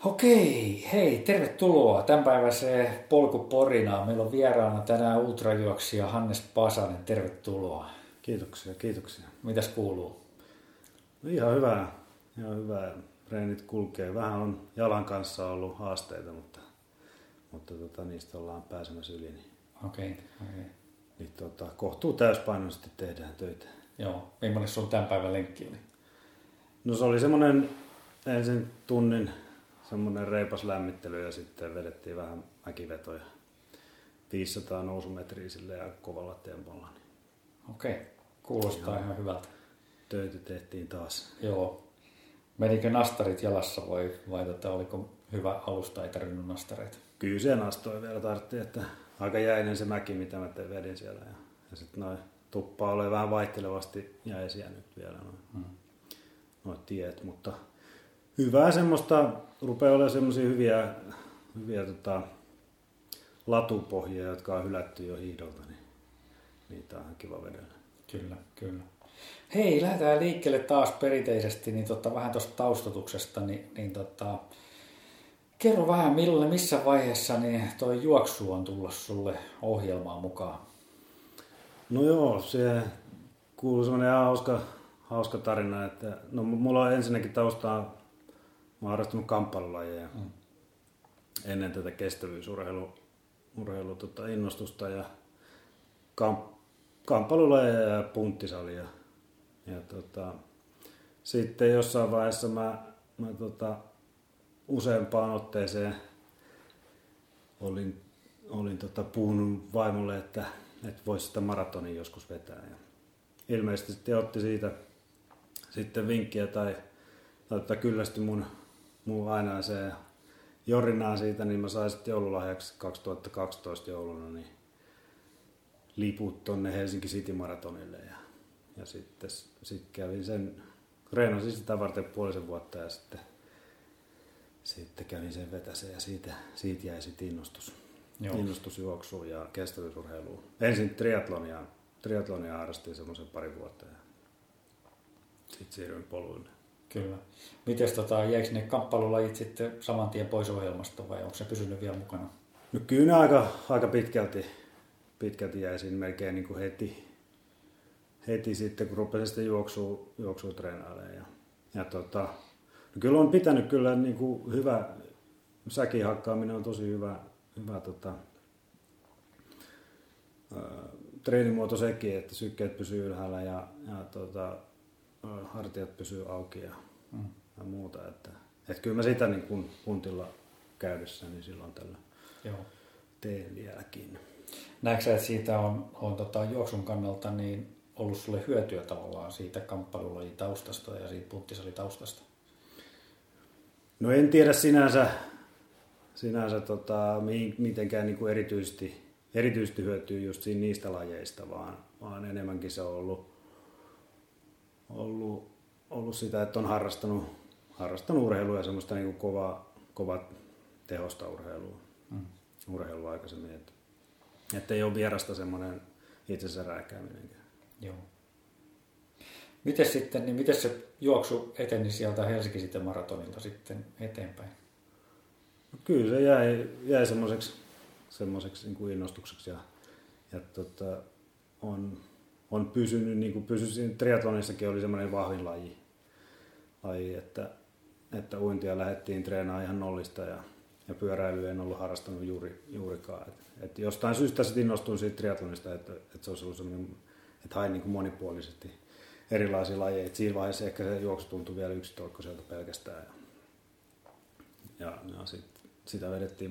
Okei, hei, tervetuloa tämänpäiväiseen Polkuporinaan. Meillä on vieraana tänään ultrajuoksija Hannes Pasanen, tervetuloa. Kiitoksia, kiitoksia. Mitäs kuuluu? No ihan hyvä. Treenit kulkee. Vähän on jalan kanssa ollut haasteita, mutta niistä ollaan pääsemässä yli. Niin, Okei. niin kohtuu täyspainoisesti tehdään töitä. Joo, millainen sun tämän päivän lenkki oli? No se oli semmoinen ensin tunnin semmoinen reipas lämmittely ja sitten vedettiin vähän mäkivetoja. 500 nousumetriä sille ja kovalla tempolla. Niin Okei, kuulostaa ihan hyvältä. töitä tehtiin taas. Joo. Menikö nastarit jalassa vai oliko hyvä alusta, ei tarvinnut nastareita? Kyllä se nastoi vielä tarvittiin, että aika jäinen se mäki, mitä mä vedin siellä. Ja sitten noin tuppaa ole vähän vaihtelevasti jäisiä nyt vielä noin tiet, mutta hyvää semmoista, rupeaa olemaan semmoisia hyviä latupohjia, jotka on hylätty jo hiidolta, niin niitä on ihan kiva vedellä. Kyllä. Hei, lähdetään liikkeelle taas perinteisesti, niin vähän tuosta taustatuksesta, kerro vähän missä vaiheessa niin toi juoksu on tullut sulle ohjelmaan mukaan? No joo, se kuuluu semmoinen ihan hauska tarina, että no mulla on ensinnäkin taustaa, mä oon harrastanut kamppailulajeja ennen tätä kestävyysurheilu innostusta ja kamppailulajeja ja punttisalia. Ja sitten jossain vaiheessa mä useampaan otteeseen olin puhunut vaimolle, että voisi sitä maratonia joskus vetää. Ja ilmeisesti sitten otti siitä sitten vinkkiä tai kyllästyi mun ainaiseen jorinaan siitä, niin mä sain sitten joululahjaksi 2012 jouluna niin liput tonne Helsinki City Maratonille ja sitten kävin sen, treenasin sitä varten puolisen vuotta ja sitten kävin sen vetäsen ja siitä jäi sitten innostus juoksuun ja kestävyysurheiluun. Ensin triatlonia harrastin semmoisen pari vuotta ja sitten siirryin poluille. Kyllä. Mites jäikö ne kamppailulajit sitten saman tien pois ohjelmasta vai onko se pysynyt vielä mukana? No kyllä ne aika pitkälti jäi siinä melkein niin kuin heti sitten, kun rupesin sitten juoksua treenailemaan. No kyllä on pitänyt kyllä niin kuin hyvä, säkin hakkaaminen on tosi hyvä treenimuoto sekin, että sykkeet pysyy ylhäällä ja hartiat pysyy auki ja muuta. Että kyllä mä sitä niin kuin puntilla käydessä niin silloin tällä teen vieläkin. Näetkö sä, että siitä on juoksun kannalta niin ollut sulle hyötyä tavallaan siitä kamppailulajitaustasta ja siitä punttisalitaustasta? No en tiedä sinänsä mitenkään niin kuin erityisesti hyötyy just niistä lajeista, vaan enemmänkin se on ollut sitä, että on harrastanut urheilua ja semmoista niin kuin kovaa tehosta urheilua aikaisemmin, että ei ole vierasta semmoinen itsensä rääkääminenkään. Joo. Miten se juoksu eteni sieltä Helsinki City Maratonilta sitten eteenpäin? No kyllä se jäi semmoiseksi niin kuin innostukseksi ja on pysynyt, niin kuin pysyi triatlonissakin oli semmoinen vahvin laji että uintia lähdettiin treenaamaan ihan nollista ja pyöräilyä en ollut harrastanut juurikaan. Et jostain syystä sitten innostuin siitä triatlonista, että se olisi ollut semmoinen, että hain niin kuin monipuolisesti erilaisia lajeja. Et siinä vaiheessa ehkä se juoksu tuntui vielä yksitoikkoiselta pelkästään. Ja sitä vedettiin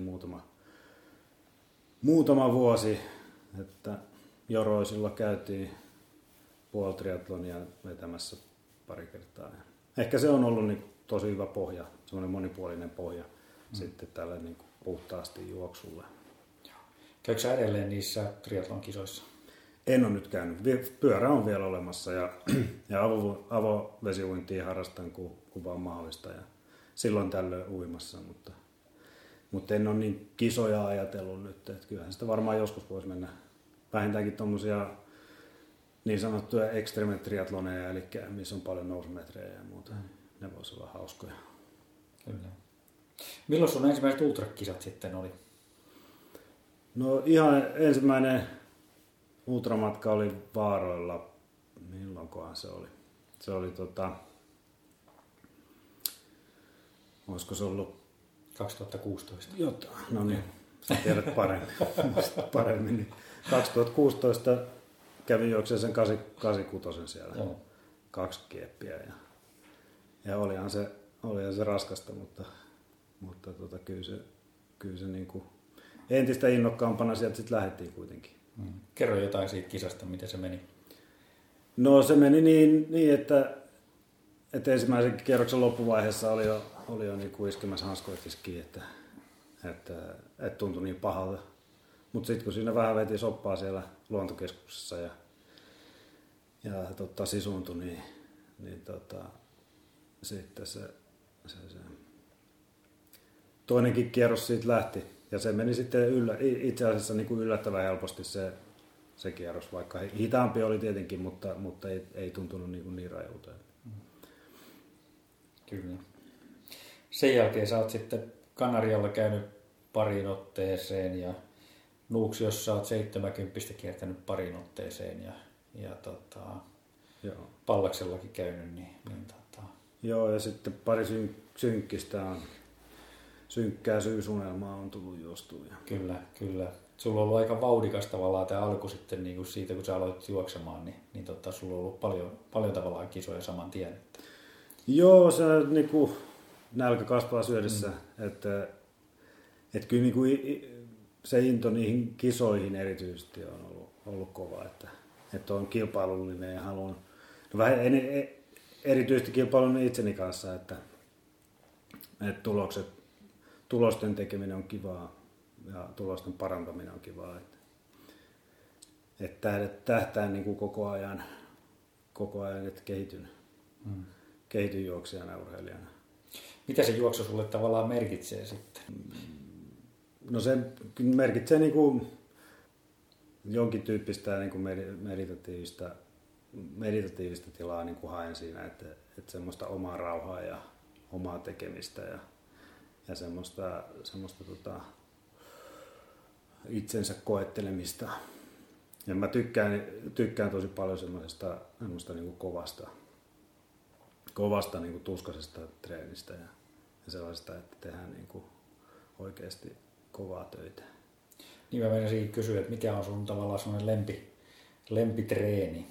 muutama vuosi, että Joroisilla käytiin puolitriatlonia vetämässä pari kertaa. Ehkä se on ollut niin tosi hyvä pohja, semmoinen monipuolinen pohja sitten tälle niin kuin puhtaasti juoksulle. Käykö sä edelleen niissä triathlon kisoissa? En ole nyt käynyt. Pyörä on vielä olemassa ja avovesiuintia harrastan kun vaan mahdollista ja silloin tällöin uimassa, mutta en ole niin kisoja ajatellut nyt. Että kyllähän sitä varmaan joskus voisi mennä vähintäänkin tuommoisia niin sanottuja extreme triathloneja, eli missä on paljon nousumetrejä ja muuta. Ne voisi olla hauskoja. Kyllä. Milloin sun ensimmäiset ultrakisat sitten oli? No ihan ensimmäinen ultramatka oli Vaaroilla. Milloinkohan se oli? Se oli olisiko se ollut 2016. jotain? No niin, sä tiedät paremmin. Niin 2016 kävin juoksemaan sen 86 siellä. Joo. 2 kieppiä ja olihan se raskasta, mutta kyllä se niin kuin entistä innokkaampana sieltä sitten lähdettiin kuitenkin. Kerro jotain siitä kisasta, miten se meni. No se meni niin että ensimmäisen kierroksen loppuvaiheessa oli jo niin kuin iskemässä hanskoitiskiin, että tuntui niin pahalta. Mutta sitten kun siinä vähän veti soppaa siellä luontokeskuksessa ja sisuuntui, niin sitten se toinenkin kierros siitä lähti. Ja se meni sitten itse asiassa niin kuin yllättävän helposti se kierros, vaikka hitaampi oli tietenkin, mutta ei tuntunut niin rajulta. Kyllä. Sen jälkeen sä oot sitten Kanarialla käynyt pariin otteeseen ja Nuuksiossa oot 70 kiertänyt pariin otteeseen ja Joo. Pallaksellakin käynyt. Joo, ja sitten pari synkkää syysunelmaa on tullut juostua. Kyllä. Sulla on ollut aika vauhdikas tavallaan tämä alku sitten niin kuin siitä, kun sä aloit juoksemaan, niin sulla on ollut paljon tavallaan kisoja saman tien. Joo, se niin kuin nälkä kasvaa syödessä, että kyllä niin kuin se into niihin kisoihin erityisesti on ollut kova, että on kilpailullinen ja haluan vähän erityisesti kilpailullinen itseni kanssa, että tulosten tekeminen on kivaa ja tulosten parantaminen on kivaa, että tähtään niin kuin koko ajan että kehityn juoksijana ja urheilijana. Mitä se juoksu sulle tavallaan merkitsee sitten? No se merkitsee niin kuin jonkin tyyppistä niin kuin meditatiivista tilaa niin kuin haen siinä, että semmoista omaa rauhaa ja omaa tekemistä ja semmoista itsensä koettelemista. Ja mä tykkään tosi paljon semmoista niin kuin kovasta niin kuin tuskaisesta treenistä ja sellaista, että tehdään niin kuin oikeasti kovaa töitä. Niin mä menisin kysyä, että mikä on sun tavallaan semmoinen lempitreeni?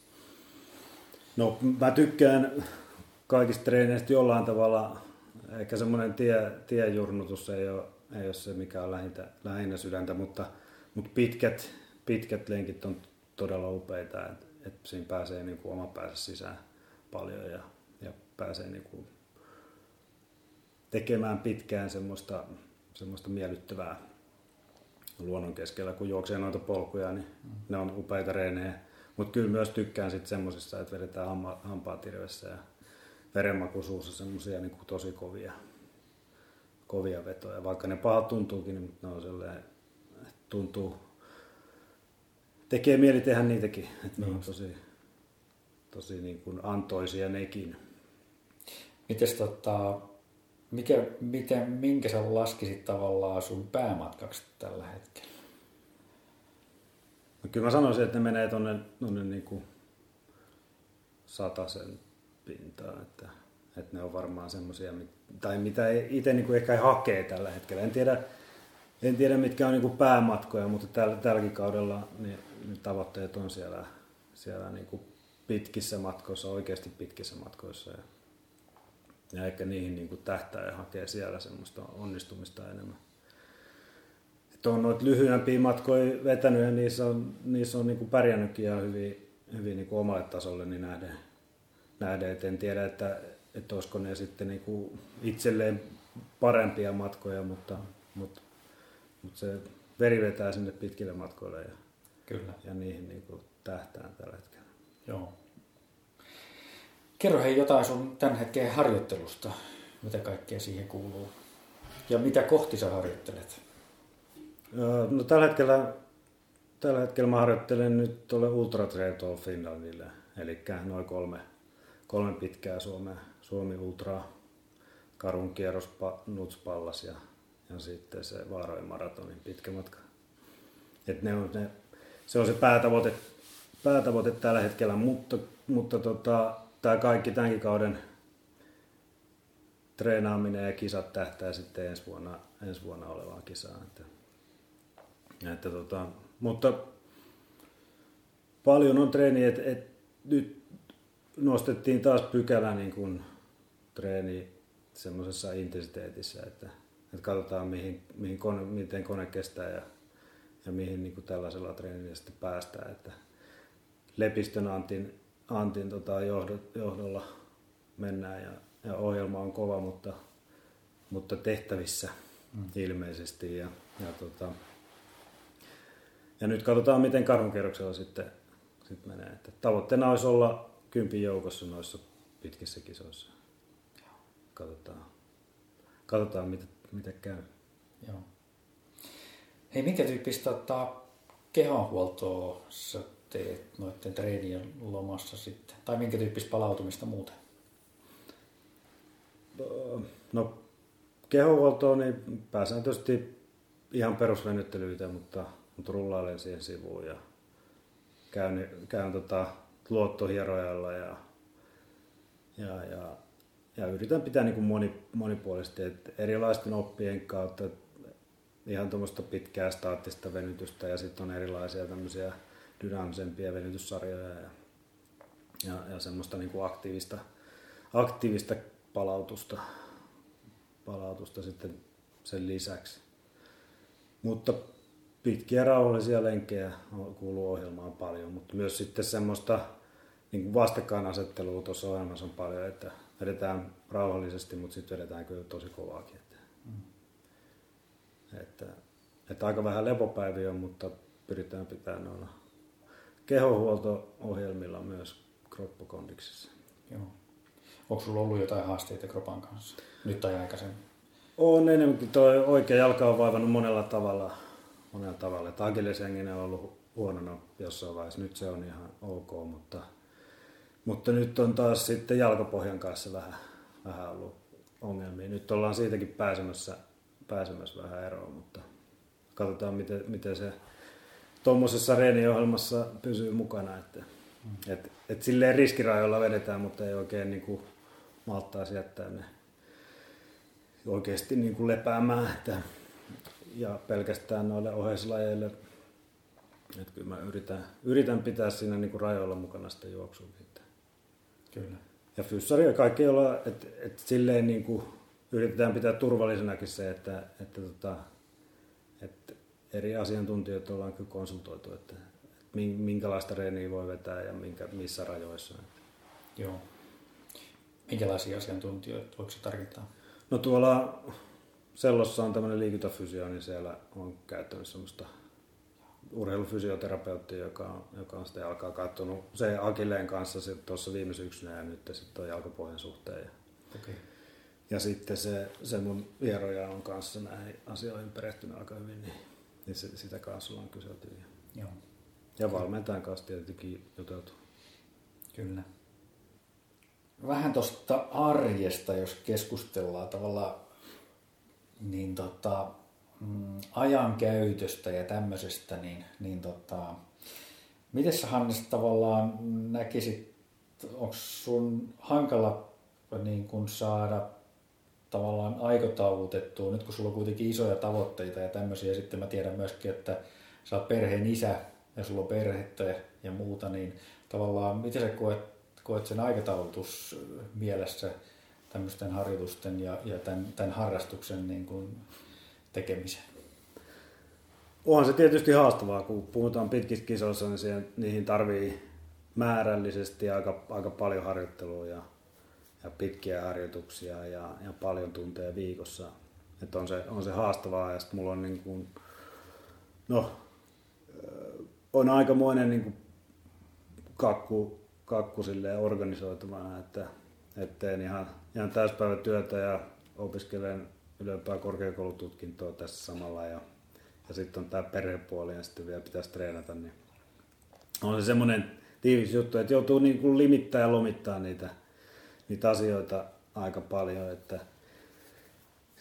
No mä tykkään kaikista treeneistä jollain tavalla. Ehkä semmoinen tiejurnutus ei ole se, mikä on lähinnä sydäntä, mutta pitkät lenkit on todella upeita, että siinä pääsee niin kuin oma päänsä sisään paljon ja pääsee niin kuin tekemään pitkään semmoista miellyttävää luonnon keskellä, kun juoksee noita polkuja, niin ne on upeita reenejä. Mutta kyllä myös tykkään sitten semmosissa, että vedetään hampaat irvessä ja verenmaku suussa semmosia niin kuin tosi kovia vetoja. Vaikka ne pahat tuntuukin, niin ne on sellainen, että tuntuu, tekee mieli tehdä niitäkin. Että ne on tosi niin kuin antoisia nekin. Minkä sä laskisit tavallaan sun päämatkaksi tällä hetkellä? No kyllä mä sanoisin, että ne menee tonne niin kuin 100 pintaan, että ne on varmaan semmoisia, tai mitä itse niin kuin ehkä hakee tällä hetkellä. En tiedä mitkä on niin kuin päämatkoja, mutta tälläkin kaudella niin tavoitteet on siellä niin kuin pitkissä matkoissa, oikeasti pitkissä matkoissa. Ja ehkä niihin niin kuin tähtää ja hakee siellä semmoista onnistumista enemmän. Että on noita lyhyempiä matkoja vetänyt ja niissä on niin kuin pärjännytkin ja hyvin niin kuin omalle tasolle niin nähden. Et en tiedä, että olisiko ne sitten niin kuin itselleen parempia matkoja, mutta se veri vetää sinne pitkille matkoille ja niihin niin kuin tähtään tällä hetkellä. Joo. Kerro hei jotain sun tämän hetken harjoittelusta, mitä kaikkea siihen kuuluu ja mitä kohti sä harjoittelet? No tällä hetkellä mä harjoittelen nyt tuolle Ultra Triathlon Finlandille, eli noin kolme pitkää Suomi Ultraa Karhun kierros Nutspallas ja sitten se Vaarojen maratonin pitkä matka. Et se on se päätavoite tällä hetkellä, mutta tämä kaikki tämänkin kauden treenaaminen ja kisat tähtää sitten ensi vuonna olevaan kisaan. Mutta paljon on treeniä, että nyt nostettiin taas pykälä niin kuin treeni semmoisessa intensiteetissä, että katsotaan miten kone kestää ja mihin niin kuin tällaisella treenillä sitten päästään. Että Lepistön Antin johdolla mennään ja ohjelma on kova, mutta tehtävissä ilmeisesti. Ja nyt katsotaan, miten Karhunkierroksella sitten menee. Että tavoitteena olisi olla 10 joukossa noissa pitkissä kisoissa. Katsotaan mitä käy. Joo. Hei, minkä tyyppistä kehonhuoltoa sä teet noiden treenien lomassa sitten? Tai minkä tyyppistä palautumista muuten? No kehonhuoltoon niin pääsääntöisesti ihan perusvenyttelyitä, mutta rullailen siihen sivuun ja käyn luottohierojalla ja yritän pitää niin kuin monipuolisesti, että erilaisten oppien kautta ihan tuommoista pitkää staattista venytystä ja sitten on erilaisia tämmöisiä dynaamisempia venytyssarjoja ja semmoista niin kuin aktiivista palautusta sitten sen lisäksi. Mutta pitkiä rauhallisia lenkkejä kuuluu ohjelmaan paljon, mutta myös sitten semmoista niin kuin vastakkainasettelua tuossa ohjelmassa on paljon, että vedetään rauhallisesti, mutta sitten vedetään kyllä tosi kovaakin. Että aika vähän lepopäiviä on, mutta pyritään pitämään noilla kehonhuolto-ohjelmilla myös kroppakondiksissa. Joo. Onko sulla ollut jotain haasteita kropan kanssa nyt tai aikaisemmin? On enemmänkin. Tuo oikea jalka on vaivannut monella tavalla. Akilleshenginen on ollut huonona jossain vaiheessa. Nyt se on ihan ok, mutta nyt on taas sitten jalkapohjan kanssa vähän ollut ongelmia. Nyt ollaan siitäkin pääsemässä vähän eroon, mutta katsotaan miten se tuommoisessa reeniohjelmassa pysyy mukana. Et silleen riskirajoilla vedetään, mutta ei oikein niin kuin malttaisi jättää ne oikeasti niin kuin lepäämään. Ja pelkästään noille oheislajeille, että kyllä mä yritän pitää siinä niin kuin rajoilla mukana sitä juoksua. Kyllä. Ja fyssari ja kaikki, että silleen niin kuin yritetään pitää turvallisenakin se, että eri asiantuntijoita ollaan kyllä konsultoitu, että minkälaista reeniä voi vetää ja missä rajoissa. Joo. Minkälaisia asiantuntijoita voiko se tarkoittaa? No tuolla Sellossa on tämmöinen liikuntafysio, niin siellä on käyttänyt semmoista urheilufysioterapeuttia, joka on sitten alkaa katsonut se akilleen kanssa tuossa viime syksynä ja nyt sitten tuon jalkapohjan suhteen. Okay. Ja sitten se mun hieroja on kanssa näihin asioihin perehtynyt aika hyvin, niin sitä kanssa ollaan kyselty. Joo. Ja valmentajan kanssa tietenkin juteltu. Kyllä. Vähän tuosta arjesta, jos keskustellaan tavallaan, niin ajan käytöstä ja tämmöisestä, miten sä, Hannes, tavallaan näkisit, onko sun hankala niin kun saada tavallaan aikataulutettua, nyt kun sulla on kuitenkin isoja tavoitteita ja tämmöisiä, ja sitten mä tiedän myöskin, että sä oot perheen isä ja sulla on perhettä ja muuta, niin tavallaan miten sä koet sen aikataulutus mielessä tämmöisten harjoitusten ja tämän harrastuksen niin kuin tekemisen? Onhan se tietysti haastavaa, kun puhutaan pitkistä kisoissa, niin niihin tarvii määrällisesti aika paljon harjoittelua ja pitkiä harjoituksia ja paljon tunteja viikossa. Että on se haastavaa ja sitten mulla on niin kuin, on aikamoinen niin kuin kakku silleen organisoituvana, että teen ihan täyspäivätyötä ja opiskelen ylempää korkeakoulututkintoa tässä samalla ja sitten on tämä perhepuoli ja sitten vielä pitäisi treenata, niin on se semmoinen tiivis juttu, että joutuu niin kuin limittämään ja lomittaa niitä asioita aika paljon, että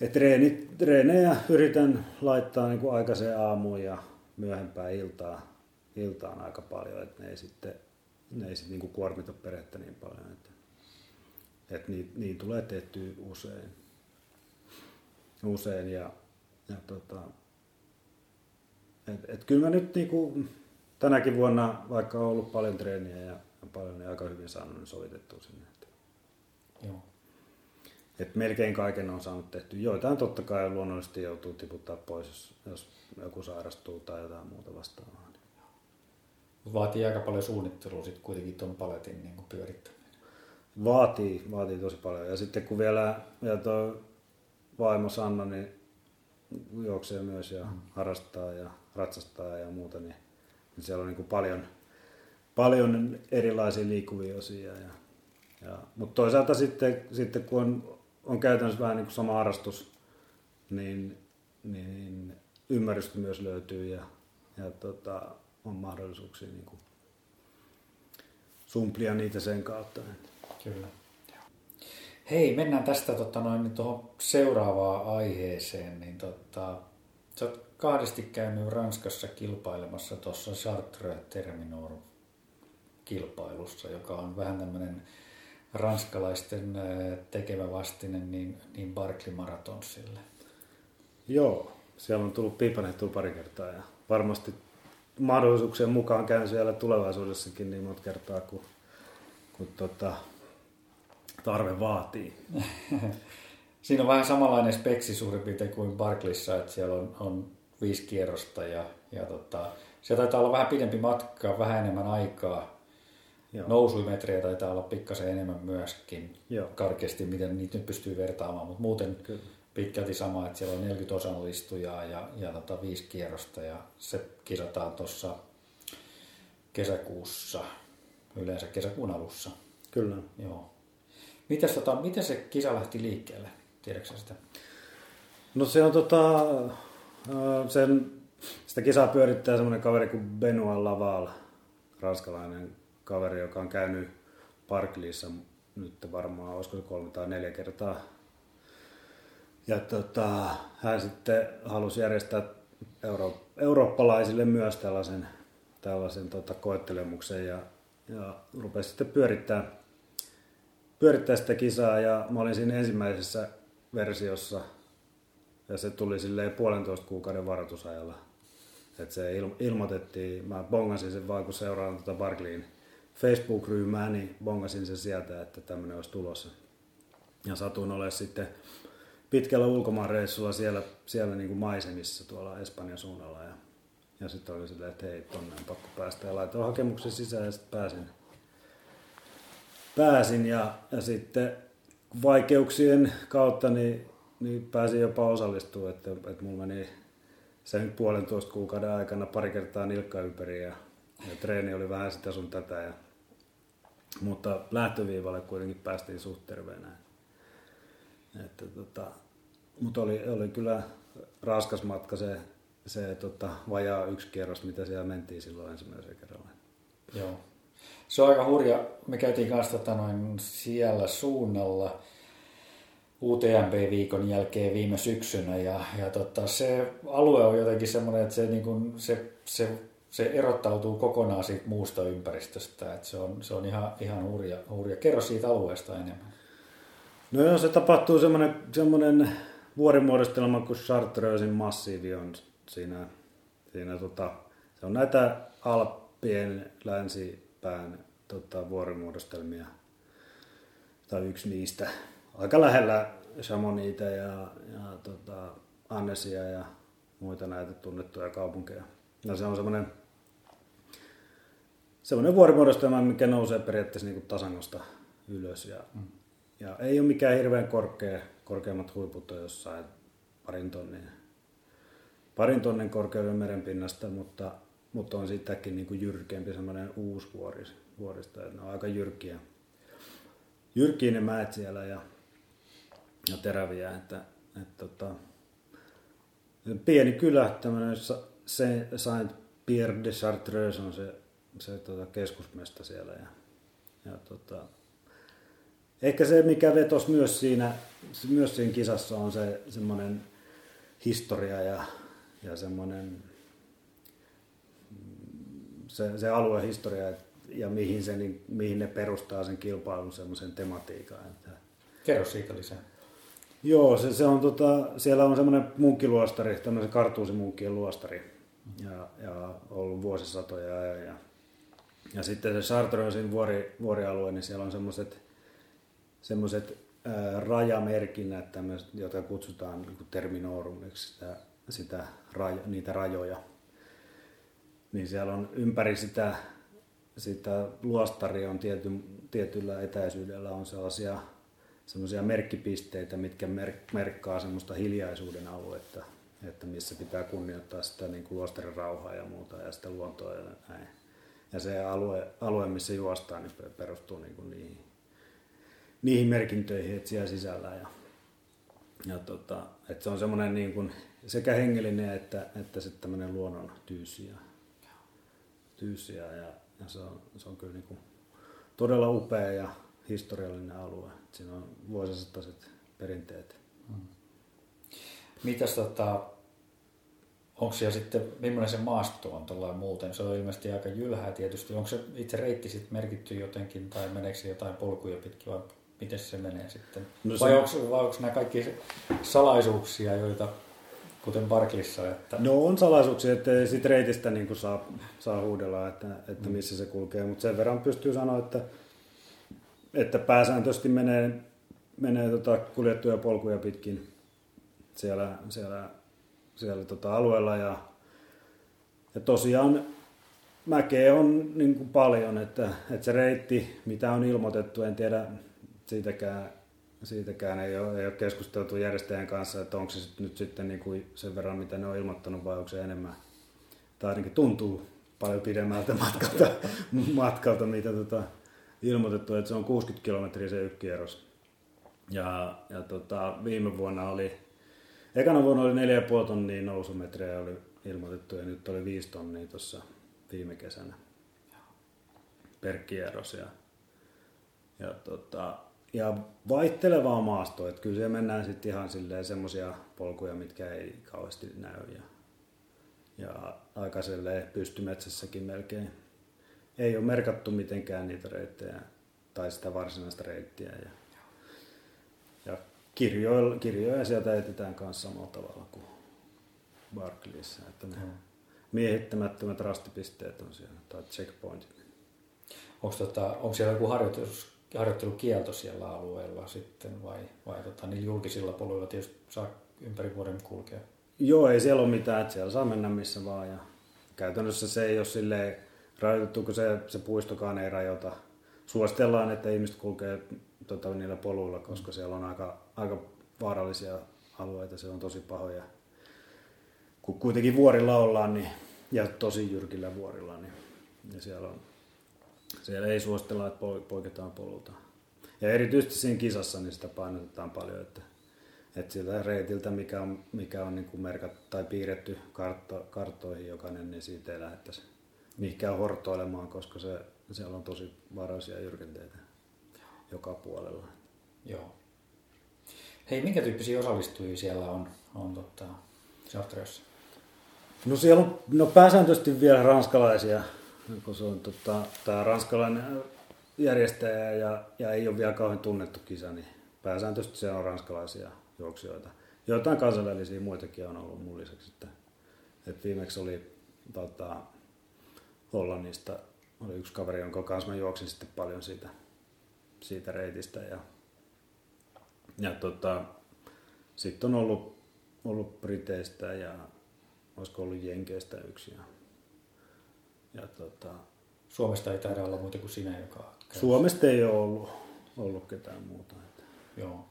treenejä yritän laittaa niin kuin aikaiseen aamuun ja myöhempään iltaan aika paljon, että ne ei sitten niin kuin kuormita perhettä niin paljon, että niin tulee tehtyä usein ja kyllä mä nyt niin kuin tänäkin vuonna, vaikka on ollut paljon treeniä ja paljon, niin aika hyvin saanut ne sovitettua sinne. Joo. Et melkein kaiken on saanut tehty. Joitain totta kai luonnollisesti joutuu tiputtaa pois, jos joku sairastuu tai jotain muuta vastaavaa. Vaatii aika paljon suunnittelua sitten kuitenkin tuon paletin niin pyörittäminen. Vaatii tosi paljon. Ja sitten kun vielä tuo vaimo Sanna niin juoksee myös ja harrastaa ja ratsastaa ja muuta, niin siellä on niin kuin paljon erilaisia liikkuvia osia. Mutta toisaalta sitten kun on käytännössä vähän niin kuin sama harrastus, niin ymmärrystä myös löytyy ja on mahdollisuuksia niin kuin sumplia niitä sen kautta. Kyllä. Hei, mennään tästä tuohon seuraavaan aiheeseen. Niin sä oot kahdesti käynyt Ranskassa kilpailemassa tuossa Chartres Terminor kilpailussa, joka on vähän tämmöinen ranskalaisten tekevä vastine niin Barkley Marathonsille. Joo, siellä on tullut piipanehtua pari kertaa ja varmasti mahdollisuuksien mukaan käyn siellä tulevaisuudessakin niin monta kertaa kun tarve vaatii. Siinä on vähän samanlainen speksi suurin piirtein kuin Barkleyssa, että siellä on 5 kierrosta ja siellä taitaa olla vähän pidempi matka, vähän enemmän aikaa. Joo. Nousuimetrejä taitaa olla pikkasen enemmän myöskin. Joo. Karkeasti, miten niitä nyt pystyy vertaamaan, mutta muuten kyllä pitkälti sama, että siellä on 40 osallistujaa ja 5 kierrosta ja se kisataan tuossa kesäkuussa, yleensä kesäkuun alussa. Kyllä. Joo. Miten se kisa lähti liikkeelle? Tiedätkö sitä? No se on sitä kisaa pyörittää semmoinen kaveri kuin Benoit Laval, ranskalainen kaveri, joka on käynyt Barkleyssa nyt varmaan, olisiko se 3 tai 4 kertaa. Ja hän sitten halusi järjestää eurooppalaisille myös tällaisen koettelemuksen ja rupesi sitten pyörittää sitä kisaa ja mä olin siinä ensimmäisessä versiossa ja se tuli silleen 1,5 kuukauden varoitusajalla. Että se ilmoitettiin, mä bongasin sen vaan kun seuraan Barkleyn Facebook-ryhmää, niin bongasin sen sieltä, että tämmöinen olisi tulossa. Ja satuin olemaan sitten pitkällä ulkomaanreissulla siellä niin kuin maisemissa tuolla Espanjan suunnalla. Ja sitten oli silleen, että hei, tonne on pakko päästä. Ja laitoin hakemuksen sisään ja sitten pääsin ja sitten vaikeuksien kautta niin pääsin jopa osallistumaan, että mulla meni sen 1,5 kuukauden aikana pari kertaa nilkka ympäri ja treeni oli vähän sitä sun tätä. Mutta lähtöviivalle kuitenkin päästiin suht terveenä. Mutta oli kyllä raskas matka se vajaa 1 kierros, mitä siellä mentiin silloin ensimmäisen kerralla. Joo. Se on aika hurja. Me käytiin kanssa siellä suunnalla UTMB-viikon jälkeen viime syksynä ja se alue on jotenkin semmoinen, että se erottautuu kokonaan siitä muusta ympäristöstä. Että se on ihan hurja. Kerro siitä alueesta enemmän. No joo, se tapahtuu semmoinen vuorimuodostelma kuin Chartreusin massiivi on siinä se on näitä Alppien länsipään vuorimuodostelmia tai yksi niistä. Aika lähellä Chamonixia ja Annesia ja muita näitä tunnettuja kaupunkeja. Ja se on semmoinen vuorimuodostelma, mikä nousee periaatteessa niin kuin tasangosta ylös. Ja ei ole mikään hirveän korkeammat huiput on jossain parin tonnin korkeuden merenpinnasta, mutta on sittenkin niin kuin jyrkeämpi semmoinen uusi vuorista. Ne on aika jyrkkiä ne mäet siellä ja teräviä. Pieni kylä, tämmöinen Saint-Pierre de Chartreuse on se keskusmesta siellä. ehkä se, mikä vetosi myös siinä kisassa, on se semmoinen historia ja semmoinen se alueen historia ja mihin ne perustaa sen kilpailun semmoisen tematiikan. Kerro siitä lisää. Joo, se on siellä on semmoinen munkkiluostari, tämmöinen kartuusimunkkien luostari ja ollut vuosisatoja ja sitten se Chartreuse vuorialue, niin siellä on semmoiset rajamerkinnät, joita kutsutaan niin kuin terminorumiksi, niitä rajoja. Niin siellä on ympäri sitä luostaria on tietyllä etäisyydellä on semmoisia merkkipisteitä, mitkä merkkaa semmoista hiljaisuuden aluetta, että missä pitää kunnioittaa sitä niin kuin luostarin rauhaa ja muuta ja sitä luontoa ja näin. Ja se alue missä juostaan, niin perustuu niin kuin niihin merkintöihin, että siellä sisällä. Että se on semmoinen niin kuin sekä hengellinen että sitten tämmöinen luonnon tyyssiä ja se on kyllä niin kuin todella upea ja historiallinen alue. Siinä on vuosisataiset perinteet. Mitäs onko siellä sitten, millainen se maasto on tuollainen muuten? Se on ilmeisesti aika jylhää tietysti. Onko se itse reitti sitten merkitty jotenkin tai meneekö se jotain polkuja pitkin vai miten se menee sitten? No vai onko nämä kaikki salaisuuksia, joita kuten Barklissa? Että... No on salaisuuksia, että siitä reitistä niin kuin saa huudella, että missä se kulkee, mutta sen verran pystyy sanoa, että pääsääntöisesti menee kuljettuja polkuja pitkin siellä alueella ja tosiaan mäkeä on niin kuin paljon, että se reitti, mitä on ilmoitettu, en tiedä siitäkään ei ole keskusteltu järjestäjän kanssa, että onko se nyt sitten niin kuin sen verran, mitä ne on ilmoittanut vai onko se enemmän, tai ainakin tuntuu paljon pidemmältä matkalta mitä ilmoitettu, että se on 60 kilometriä se ykkierros. Ja viime vuonna ekana vuonna oli 4,5 tonnia nousumetrejä oli ilmoitettu ja nyt oli 5 tonnia tuossa viime kesänä per kierros. Ja vaihtelevaa maastoa, että kyllä siellä mennään sitten ihan silleen semmoisia polkuja, mitkä ei kauheasti näy ja aika silleen pystymetsässäkin melkein. Ei ole merkattu mitenkään niitä reittejä tai sitä varsinaista reittiä. Ja kirjoja sieltä etsitään kanssa samalla tavalla kuin Barkleyssa. Että ne miehittämättömät rastipisteet on siellä, tai checkpointit. Onko siellä joku harjoittelukielto siellä alueella sitten vai niin julkisilla poluilla tietysti saa ympäri vuoden kulkea? Joo, ei siellä ole mitään, että siellä saa mennä missä vaan. Ja käytännössä se ei ole silleen rajoitettu, kun se puistokaan ei rajoita. Suositellaan, että ihmiset kulkee niillä poluilla, koska siellä on aika vaarallisia alueita, se on tosi pahoja. Kun kuitenkin vuorilla ollaan niin, ja tosi jyrkillä vuorilla, niin siellä ei suositella, että poiketaan polulta. Ja erityisesti siinä kisassa niin sitä painotetaan paljon, että siltä reitiltä, mikä on niin kuin tai piirretty karttoihin jokainen, niin siitä ei lähdettäisi mihinkään hortoilemaan, koska siellä on tosi vaarallisia jyrkenteitä joka puolella. Joo. Hei, minkä tyyppisiä osallistujia siellä on Chartreusissa? No siellä on pääsääntöisesti vielä ranskalaisia, kun se on tämä ranskalainen järjestäjä ja ei ole vielä kauhean tunnettu kisa, niin pääsääntöisesti siellä on ranskalaisia juoksijoita. Joitain kansainvälisiä muitakin on ollut mun lisäksi. Että viimeksi oli Hollannista oli yksi kaveri, jonka kanssa mä juoksin sitten paljon siitä reitistä. Ja sitten on ollut Briteistä ja olisiko ollut Jenkeistä yksi. Suomesta ei taida olla muuta kuin sinä, joka käy. Suomesta ei ole ollut ketään muuta. Joo.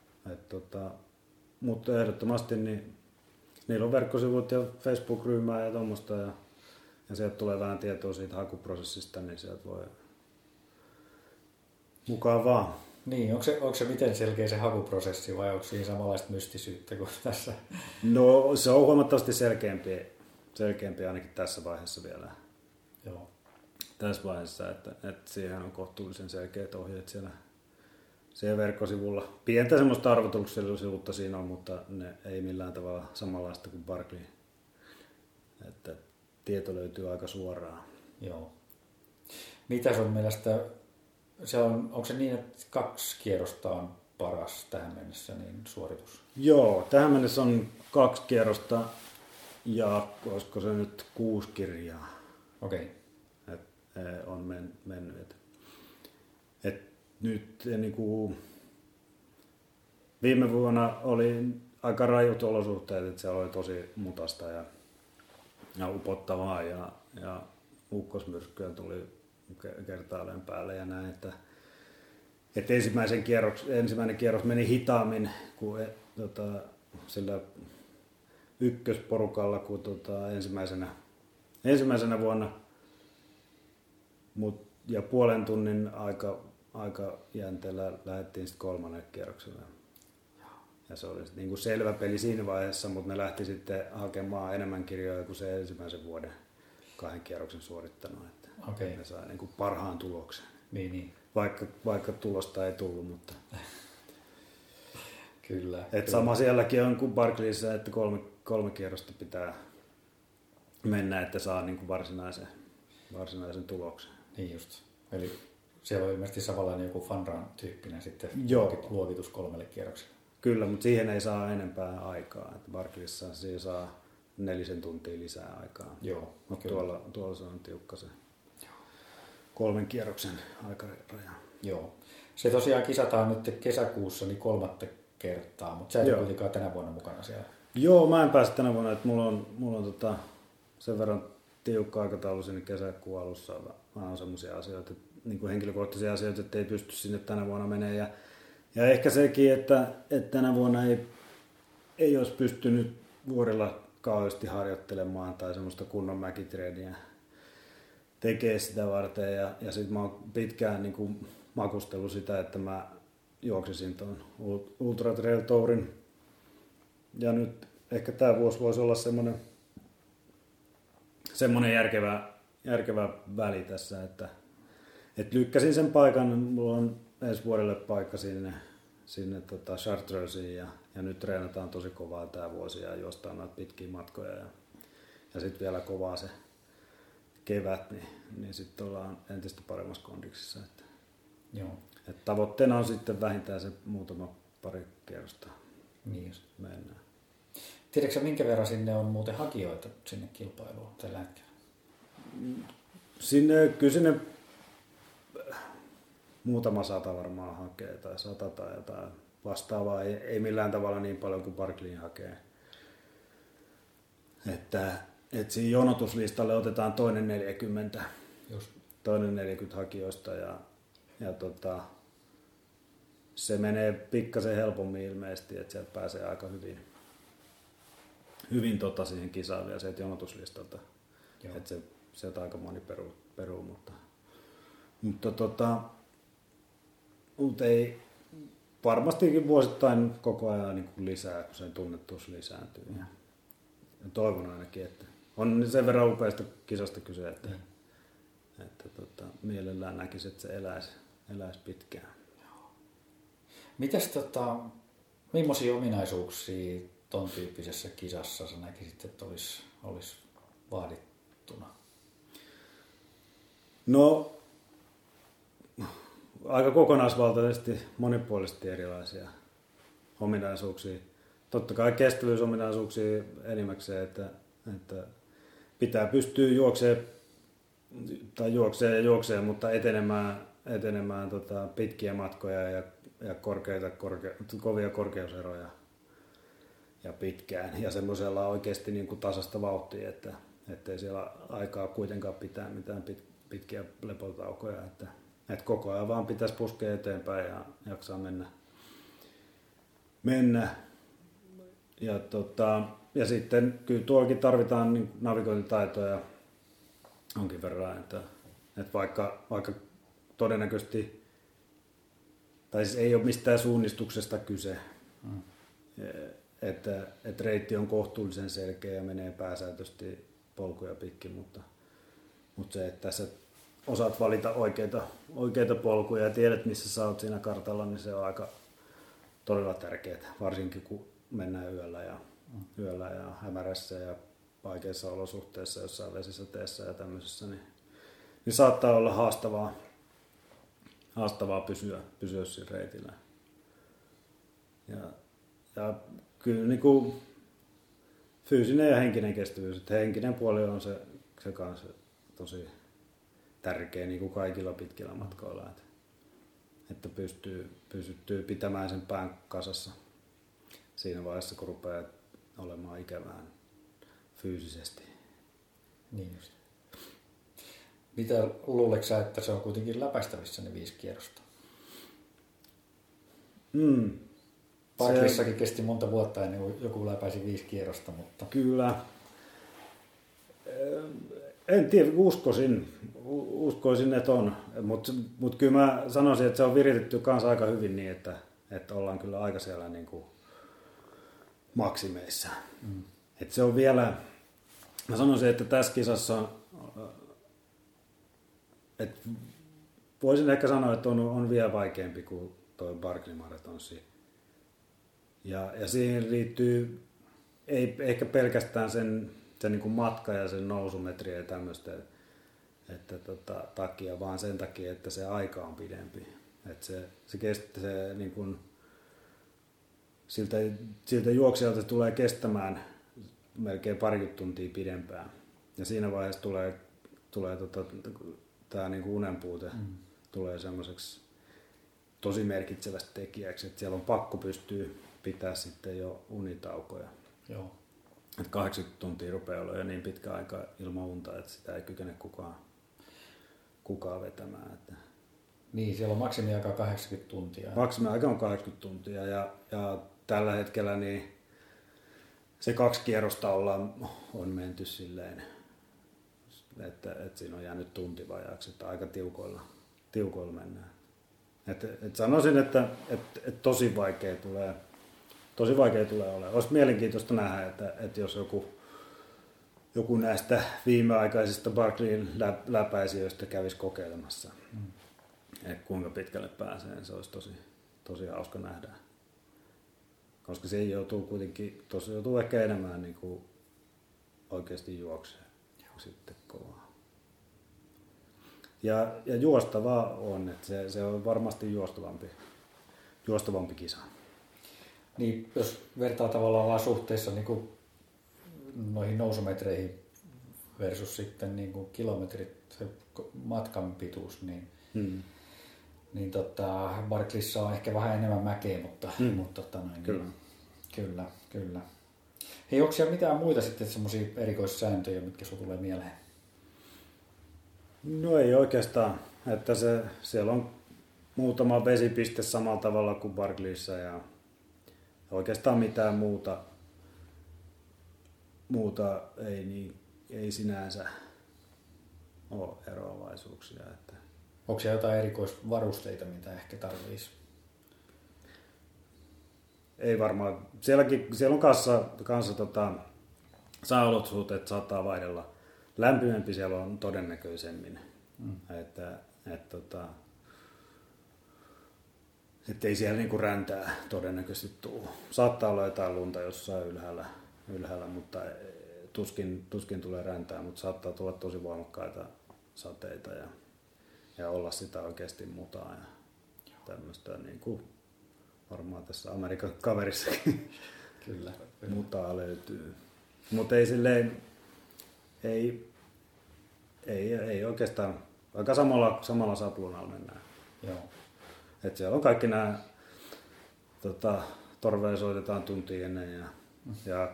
Mutta ehdottomasti niin, niillä on verkkosivut ja Facebook-ryhmää ja tuommoista. Ja sieltä tulee vähän tietoa siitä hakuprosessista, niin sieltä voi mukaan vaan. Niin, onko se miten selkeä se hakuprosessi vai onko siinä samanlaista mystisyyttä kuin tässä? No se on huomattavasti selkeämpi ainakin tässä vaiheessa vielä. Joo. Tässä vaiheessa, että siihen on kohtuullisen selkeät ohjeet se verkkosivulla. Pientä semmoista arvotuksellisuutta siinä on, mutta ne ei millään tavalla samanlaista kuin Barkley. Että tieto löytyy aika suoraan. Joo. Mitä sun mielestä, onko se niin, että 2 kierrosta on paras tähän mennessä niin suoritus? Joo, tähän mennessä on 2 kierrosta ja olisiko se nyt 6 kirjaa. Okei. On mennyt. Et nyt niin kuin viime vuonna oli aika rajut olosuhteet, että se oli tosi mutasta ja upottavaa ja ukkosmyrskyä tuli kertaalleen päälle ja näin, että ensimmäinen kierros meni hitaammin kuin sillä ykkösporukalla kuin ensimmäisenä vuonna. Ja puolen tunnin aika jänteellä lähdettiin sitten 3. kierrokselle. Ja se oli niin kuin selvä peli siinä vaiheessa, mutta ne lähti sitten hakemaan enemmän kirjoja kuin se ensimmäisen vuoden 2 kierroksen suorittanut. Että ne sai niin kuin parhaan tuloksen. Niin. Vaikka tulosta ei tullut, mutta... Kyllä. Sama sielläkin on kuin Barkleyssä, että 3 kierrosta pitää mennä, että saa niin kuin varsinaisen tuloksen. Niin just. Eli siellä on ilmeisesti samanlainen joku Fanran tyyppinen sitten luokitus 3 kierrokselle. Kyllä, mutta siihen ei saa enempää aikaa. Barkleyssa siihen saa 4 tuntia lisää aikaa. Joo. Mutta tuolla se on tiukka se 3 kierroksen aikaraja. Joo. Se tosiaan kisataan nyt kesäkuussa niin 3. kertaa, mutta sä et kuitenkaan tänä vuonna mukana siellä. Joo, mä en pääse tänä vuonna, että mulla on sen verran tiukka aikataulu sinne kesäkuun alussa. Mä on semmoisia asioita, niin kuin henkilökohtaisia asioita, että ei pysty sinne tänä vuonna menee. Ja ehkä sekin, että tänä vuonna ei olisi pystynyt vuorilla kauheasti harjoittelemaan tai semmoista kunnon mäkitreeniä tekee sitä varten. Ja sitten mä oon pitkään niin kuin makustellut sitä, että mä juoksisin tuon Ultra Trail Tourin. Ja nyt ehkä tämä vuosi voisi olla semmoinen järkevä väli tässä, että lykkäsin sen paikan. Mulla on ensi vuodelle paikka sinne Chartreuseen ja nyt treenataan tosi kovaa tämä vuosi ja juostaan noita pitkiä matkoja ja sitten vielä kovaa se kevät, niin sitten ollaan entistä paremmassa kondiksissa. Joo. Että tavoitteena on sitten vähintään se pari kierrosta niin mennään. Tiedätkö minkä verran sinne on muuten hakijoita sinne kilpailuun tällä hetkellä? Kyllä sinne muutama 100 varmaan hakee tai 100 tai jotain vastaavaa. Ei millään tavalla niin paljon kuin Barkleyin hakee. Että siinä jonotuslistalle otetaan toinen 40. Just. Toinen 40 hakijoista ja se menee pikkasen helpommin ilmeisesti, että sieltä pääsee aika hyvin siihen kisaan vielä sieltä jonotuslistalta. Että sieltä aika moni peruu, mutta ei varmastikin vuosittain koko ajan niin kuin lisää, kun sen tunnettuus lisääntyy. Ja toivon ainakin, että on sen verran upeasta kisasta kyse, että mielellään näkisi, että se eläisi pitkään. Mitäs millaisia ominaisuuksia ton tyyppisessä kisassa sä näkisit, että olisi vaadittuna? No, aika kokonaisvaltaisesti, monipuolisesti erilaisia ominaisuuksia. Totta kai kestävyysominaisuuksia enimmäkseen, että pitää pystyä juoksemaan, mutta etenemään pitkiä matkoja ja kovia korkeuseroja ja pitkään. Ja semmoisella oikeasti niin kuin tasasta vauhtia, ettei siellä aikaa kuitenkaan pitää mitään pitkiä lepotaukoja. Että koko ajan vaan pitäisi puskea eteenpäin ja jaksaa mennä. Ja sitten kyllä tuollakin tarvitaan niin navigointitaitoja onkin verran, että vaikka todennäköisesti, tai siis ei ole mistään suunnistuksesta kyse, että reitti on kohtuullisen selkeä ja menee pääsääntöisesti polkuja pitkin, mutta se, että tässä osaat valita oikeita polkuja ja tiedät, missä sä oot siinä kartalla, niin se on aika todella tärkeää, varsinkin kun mennään yöllä ja hämärässä ja vaikeissa olosuhteissa, jossain vesisateessa ja tämmöisessä, niin saattaa olla haastavaa pysyä siinä reitillä. Ja kyllä niin kuin fyysinen ja henkinen kestävyys, että henkinen puoli on se kanssa tosi tärkeä niin kuin kaikilla pitkillä matkoilla, että pystyy pitämään sen pään kasassa siinä vaiheessa, kun rupeaa olemaan ikävään fyysisesti. Niin just. Mitä luuletko sä, että se on kuitenkin läpäistävissä ne 5 kierrosta? Barclayssakin kesti monta vuotta ennen kuin joku läpäisi 5 kierrosta, mutta... Kyllä. En tiedä, uskoisin että on, mutta kyllä mä sanoisin, että se on viritetty kanssa aika hyvin niin, että ollaan kyllä aika siellä niin kuin maksimeissa. Että se on vielä, mä sanoisin, että tässä kisassa että voisin ehkä sanoa, että on vielä vaikeampi kuin tuo Barkley Marathonsi. Ja siihen liittyy ei ehkä pelkästään sen niin kuin matka ja sen nousumetriä ja tämmöistä takia, vaan sen takia, että se aika on pidempi. Että se kestää se niin kuin, siltä juoksijalta tulee kestämään melkein parikymmentä tuntia pidempään. Ja siinä vaiheessa tulee tämä niin kuin unenpuute tulee semmoiseksi tosi merkitsevästi tekijäksi, että siellä on pakko pystyä pitää sitten jo unitaukoja. Joo. Että 80 tuntia rupeaa olla jo niin pitkä aika ilman unta, että sitä ei kykene kukaan vetämään. Että niin, siellä on maksimiaika 80 tuntia. Maksimiaika on 80 tuntia ja tällä hetkellä niin se 2 kierrosta on menty silleen, että siinä on jäänyt tunti vajaaksi, että aika tiukoilla mennään. Et sanoisin, että tosi vaikea tulee olemaan. Olisi mielenkiintoista nähdä, että jos joku näistä viimeaikaisista Barkleyn läpäisijöistä kävisi kokeilemassa, että kuinka pitkälle pääsee, se olisi tosi hauska nähdä. Koska se joutuu ehkä enemmän niin kuin oikeasti juokseen sitten kovaa. Ja juostavaa on, että se on varmasti juostavampi kisa. Niin, jos vertaa tavallaan suhteessa niin kuin noihin nousumetreihin versus sitten niin kuin kilometrit, se matkan pituus, niin Barclayssa on ehkä vähän enemmän mäkeä, mutta kyllä. Hei, onko siellä mitään muita sitten semmoisia erikoissääntöjä, mitkä sinulle tulee mieleen? No ei oikeastaan, että siellä on muutama vesipiste samalla tavalla kuin Barclayssa ja oikeastaan mitään muuta ei sinänsä ole eroavaisuuksia. Että onko siellä jotain erikoisvarusteita, mitä ehkä tarvitsisi? Ei varmaan. Siellä on kanssa sääolosuhteet saattaa vaihdella. Lämpimämpi siellä on todennäköisemmin. Että ei siellä niinku räntää todennäköisesti tule. Saattaa olla jotain lunta jossain ylhäällä mutta tuskin tulee räntää, mutta saattaa tulla tosi voimakkaita sateita ja olla sitä oikeasti mutaa ja tämmöistä niin kuin varmaan tässä Amerikan kaverissakin kyllä. mutaa löytyy. Mutta ei silleen, ei oikeastaan, aika samalla sapluunalla mennään. Joo. Et siellä on kaikki nämä, torveja soitetaan tuntia ennen ja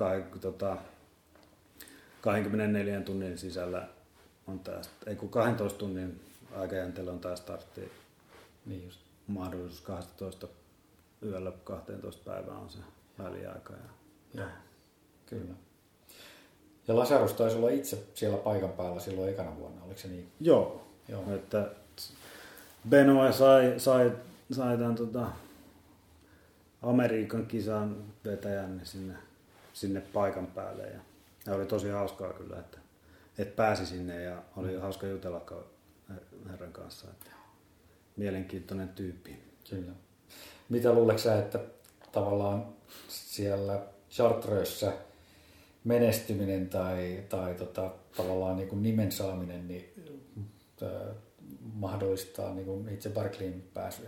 24 tunnin sisällä on taas, 12 tunnin aikajänteellä on taas startti. Niin just. Mahdollisuus 12 yöllä 12 päivää on se väliaika. Joo, kyllä. Ja Lasarus taisi olla itse siellä paikan päällä silloin ekana vuonna, oliko se niin? Joo. Että Benoit sai tämän Amerikan kisan vetäjän sinne paikan päälle ja oli tosi hauskaa kyllä, että pääsi sinne ja oli hauska jutella herran kanssa. Että mielenkiintoinen tyyppi. Kyllä. Mitä luuletko sä, että tavallaan siellä Chartreusissa menestyminen tai tavallaan niin kuin nimen saaminen niin, mahdollistaa niin kuin itse Barkleyin pääsyä?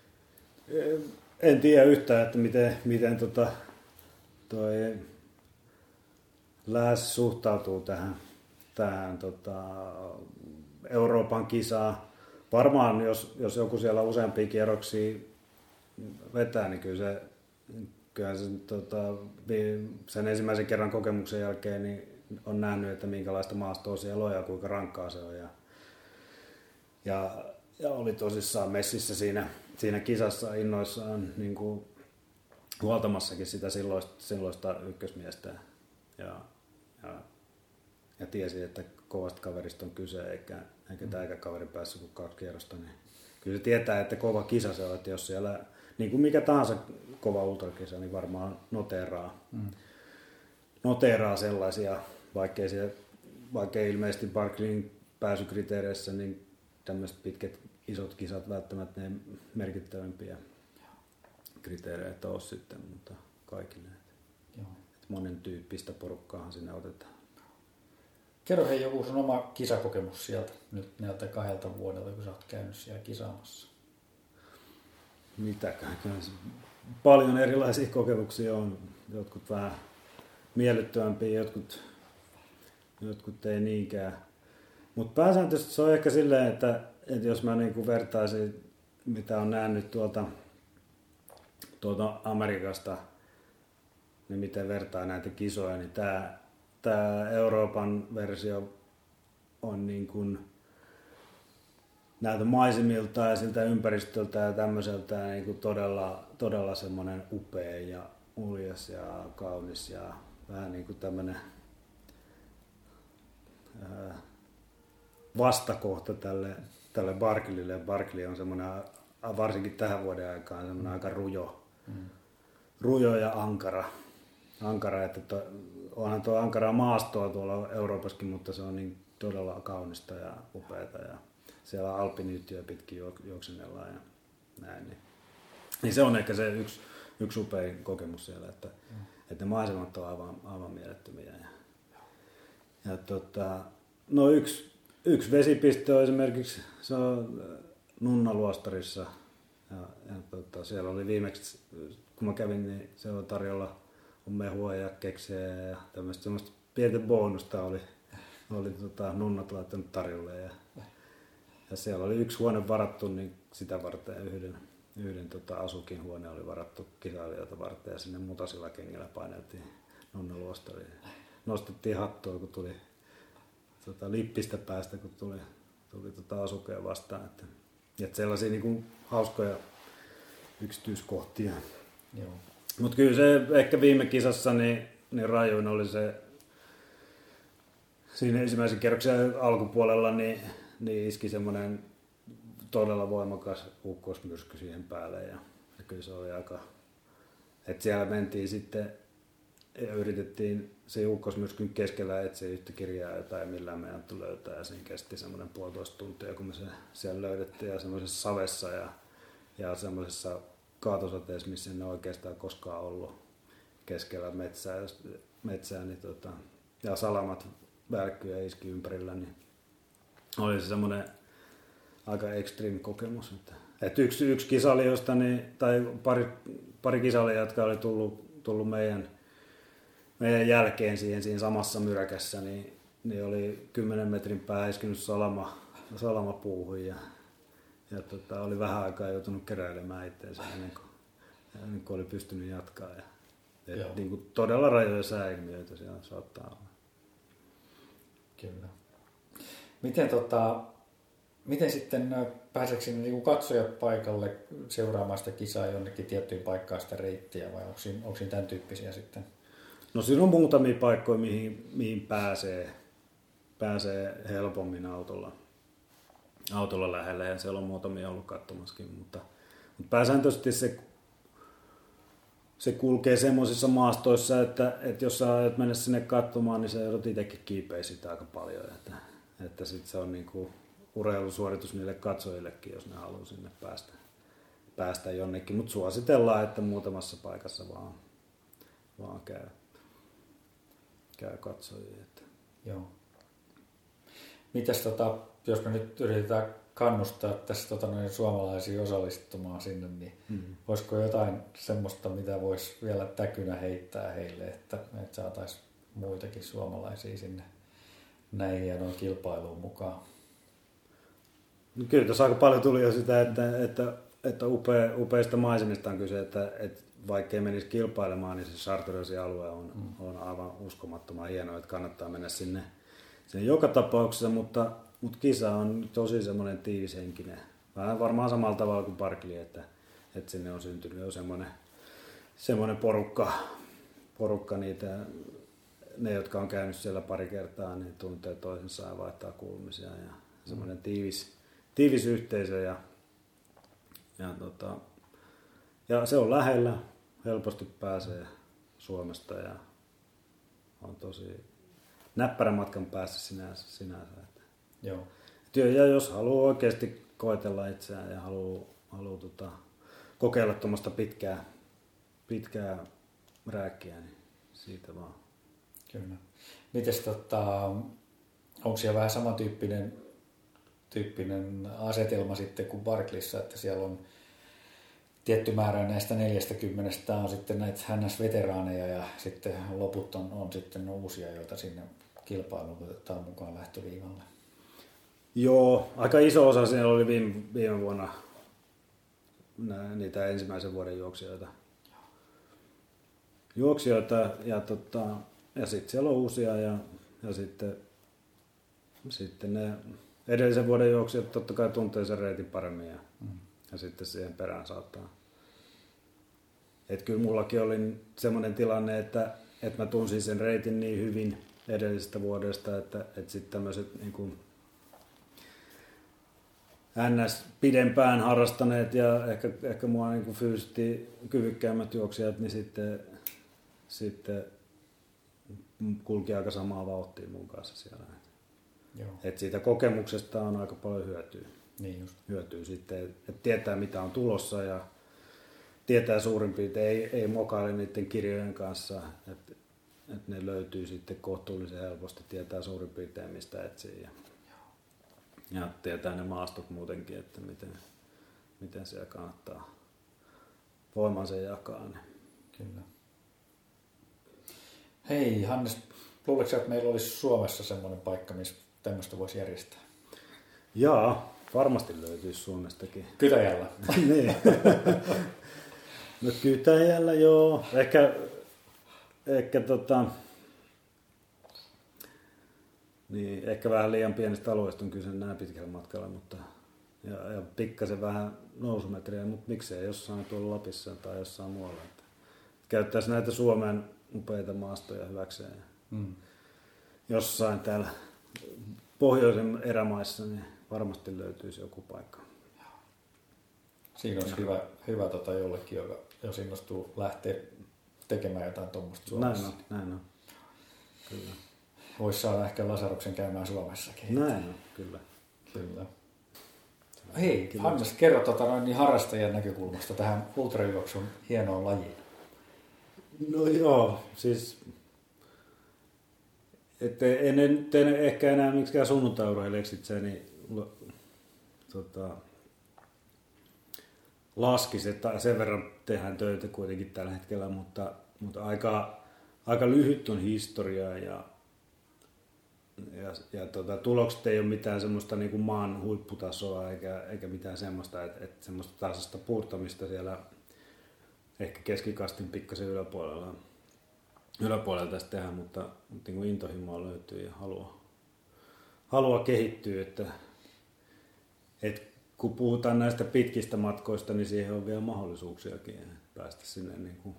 En tiedä yhtään, että miten toi Lääs suhtautuu tähän Euroopan kisaan. Varmaan jos joku siellä useampia kierroksia vetää, niin kyllähän se sen ensimmäisen kerran kokemuksen jälkeen niin on nähnyt, että minkälaista maastoa siellä on ja kuinka rankkaa se on. Ja oli tosissaan messissä siinä kisassa innoissaan niin kuin huoltamassakin sitä silloista ykkösmiestä. Ja tiesi, että kovasta kaverista on kyse, eikä tämäkään kaveri päässyt kuin 2 kierrosta. Niin kyllä se tietää, että kova kisa se on, että jos siellä, niin kuin mikä tahansa kova ultrakisa, niin varmaan noteeraa sellaisia, vaikkei ilmeisesti Barkleyin pääsykriteereissä, niin tämmöiset pitkät isot kisat välttämättä ne merkittävämpiä kriteereitä ole sitten, mutta kaikille. Joo. Monen tyyppistä porukkaahan sinne otetaan. Kerro hei joku sun oma kisakokemus sieltä nyt näiltä 2 vuodelta, kun sä oot käynyt siellä kisaamassa. Mitäkään. Paljon erilaisia kokemuksia on. Jotkut vähän miellyttävämpiä, jotkut ei niinkään. Mutta pääsääntöisesti se on ehkä silleen, että jos mä niinku vertaisin, mitä on nähnyt tuolta Amerikasta, niin miten vertaa näitä kisoja, niin tämä Euroopan versio on niin kuin näiltä maisemilta ja siltä ympäristöltä ja tämmöiseltä niin kuin todella semmoinen upea ja uljas ja kaunis ja vähän niin kuin tämmöinen vastakohta tälle Barkleylle. Barkley on semmoinen, varsinkin tähän vuoden aikaan, semmoinen aika rujo ja ankara, että onhan tuo ankaraa maastoa tuolla Euroopassakin, mutta se on niin todella kaunista ja upeata ja siellä alppinyyttiä pitkin juoksenellaan ja näin. Niin se on ehkä se yksi upein kokemus siellä, että ne maisemat on aivan mielettömiä. No yksi vesipiste on esimerkiksi, se on Nunnaluostarissa ja siellä oli viimeksi, kun mä kävin, niin se on tarjolla mehua ja keksejä ja tämmöistä semmoista pientä bonusta oli nunnat laittanut tarjolle ja siellä oli yksi huone varattu, niin sitä varten yhden asukin huone oli varattu kisailijoita varten ja sinne mutasilla kengillä paineltiin Nunnaluostariin. Nostettiin hattua, kun tuli lippistä päästä, kun tuli asukeen vastaan. Että sellaisia niin kuin hauskoja yksityiskohtia. Mutta kyllä se ehkä viime kisassa niin rajuin oli se, siinä ensimmäisen kerroksen alkupuolella niin iski semmoinen todella voimakas ukkosmyrsky siihen päälle ja kyllä se oli aika, että siellä mentiin sitten ja yritettiin se ukkosmyrskyn keskellä etsiä yhtä kirjaa, jota ei millään meidän löytää ja siinä kesti semmoinen 1,5 tuntia, kun me se siellä löydettiin ja semmoisessa savessa ja semmoisessa kaatosateessa, missä en ole oikeastaan koskaan ollut keskellä metsää niin ja salamat välkkyjä iski ympärillä, niin oli se semmoinen aika extreme kokemus. Että yksi kisalijoista, niin, tai pari kisalijoita, jotka oli tullut meidän jälkeen siinä samassa myräkässä, niin oli 10 metrin päähän iskenyt salama puuhun ja oli vähän aikaa joutunut keräilemään itseensä ennen kuin oli pystynyt jatkaa. Niin kuin todella rajoja sääilmiöitä siellä saattaa olla. Kyllä. Miten sitten pääseekö sinne niin katsojat paikalle seuraamaan sitä kisaa jonnekin tiettyyn paikkaan sitä reittiä vai onko siinä tämän tyyppisiä sitten? No siinä on muutamia paikkoja, mihin pääsee helpommin autolla lähelle ja siellä on muutamia ollut katsomassakin, mutta pääsääntöisesti se kulkee semmoisissa maastoissa, että jos sä aiot mennä sinne katsomaan, niin sä joudut itsekin kiipeä sitä aika paljon, että sit se on niinku urheilusuoritus niille katsojillekin, jos ne haluaa sinne päästä jonnekin. Mutta suositellaan, että muutamassa paikassa vaan käy katsojia. Joo. Mitäs jos me nyt yritetään kannustaa tässä suomalaisia osallistumaan sinne, niin olisiko jotain semmoista, mitä voisi vielä täkynä heittää heille, että saataisiin muitakin suomalaisia sinne näin hienoon kilpailuun mukaan? No kyllä tuossa aika paljon tuli jo sitä, että upeista maisemista on kyse, että vaikka ei menisi kilpailemaan, niin se Chartreuse alue on aivan uskomattoman hieno, että kannattaa mennä sinne joka tapauksessa, mutta kisa on tosi semmoinen tiivishenkinen. Vähän varmaan samalla tavalla kuin Barkley, että sinne on syntynyt jo semmoinen porukka ne, jotka on käynyt siellä pari kertaa, niin tuntee toisensa ja vaihtaa kuulumisia ja semmoinen tiivis yhteisö ja se on lähellä, helposti pääsee Suomesta ja on tosi näppärän matkan päässä sinänsä. Joo. Ja jos haluaa oikeasti koetella itseään ja haluaa kokeilla tuommoista pitkää rääkkiä, niin siitä vaan. Kyllä. Mites onko siellä vähän samantyyppinen asetelma sitten kuin Barkleyssa, että siellä on tietty määrä näistä 40 on sitten näitä NS-veteraaneja ja sitten loput on sitten uusia, joita sinne kilpailuun otetaan mukaan lähtöviivalle. Joo, aika iso osa siellä oli viime vuonna niitä ensimmäisen vuoden juoksijoita ja sitten siellä on uusia ja sitten ne edellisen vuoden juoksijat totta kai tuntee sen reitin paremmin ja sitten siihen perään saattaa. Et kyllä mullakin oli semmoinen tilanne, että mä tunsin sen reitin niin hyvin edellisestä vuodesta, että sitten tämmöiset niin kuin NS pidempään harrastaneet ja ehkä mua niin kuin fyysisesti kyvykkäämmät juoksijat, niin sitten kulki aika samaa vauhtia mun kanssa siellä. Joo. Et siitä kokemuksesta on aika paljon hyötyä. Niin just. Hyötyy sitten, että tietää mitä on tulossa ja tietää suurin piirtein, ei mokaile niiden kirjojen kanssa, että ne löytyy sitten kohtuullisen helposti, tietää suurin piirtein mistä etsii ja tietää ne maastot muutenkin, että miten siellä kannattaa voimansa jakaa. Niin. Kyllä. Hei Hannes, luuletko että meillä olisi Suomessa semmoinen paikka, missä tämmöistä voisi järjestää? Jaa, varmasti löytyisi Suomestakin. Kytäjällä. Niin. No Kytäjällä joo. Ehkä niin, ehkä vähän liian pienestä alueesta on kyse näin pitkällä matkalla, mutta ja pikkasen vähän nousumetriä, mutta miksei jossain tuolla Lapissa tai jossain muualla. Että käyttäisi näitä Suomen upeita maastoja hyväkseen. Jossain täällä pohjoisen erämaissa niin varmasti löytyisi joku paikka. Siinä olisi hyvä jollekin, joka jos innostuu lähteä tekemään jotain tuommoista Suomessa. Näin on. Kyllä. Voisi saada ehkä Lasaruksen käymään Suomessakin. Näin on, kyllä. Hei, Hannes, kerro niin harrastajan näkökulmasta tähän ultrajuoksun hienoon lajiin. No joo, siis en ehkä enää miksikään sunnuntai-urheilijaksi itseäni laskisi, että sen verran tehdään töitä kuitenkin tällä hetkellä, mutta aika lyhyt on historia ja tulokset ei ole mitään semmoista niin kuin maan huipputasoa eikä mitään semmoista, että semmoista tasaista puurtamista siellä ehkä keskikastin pikkasen yläpuolella tästä tehdään, mutta niin kuin intohimoa löytyy ja halua kehittyä, että kun puhutaan näistä pitkistä matkoista, niin siihen on vielä mahdollisuuksiakin päästä sinne niin kuin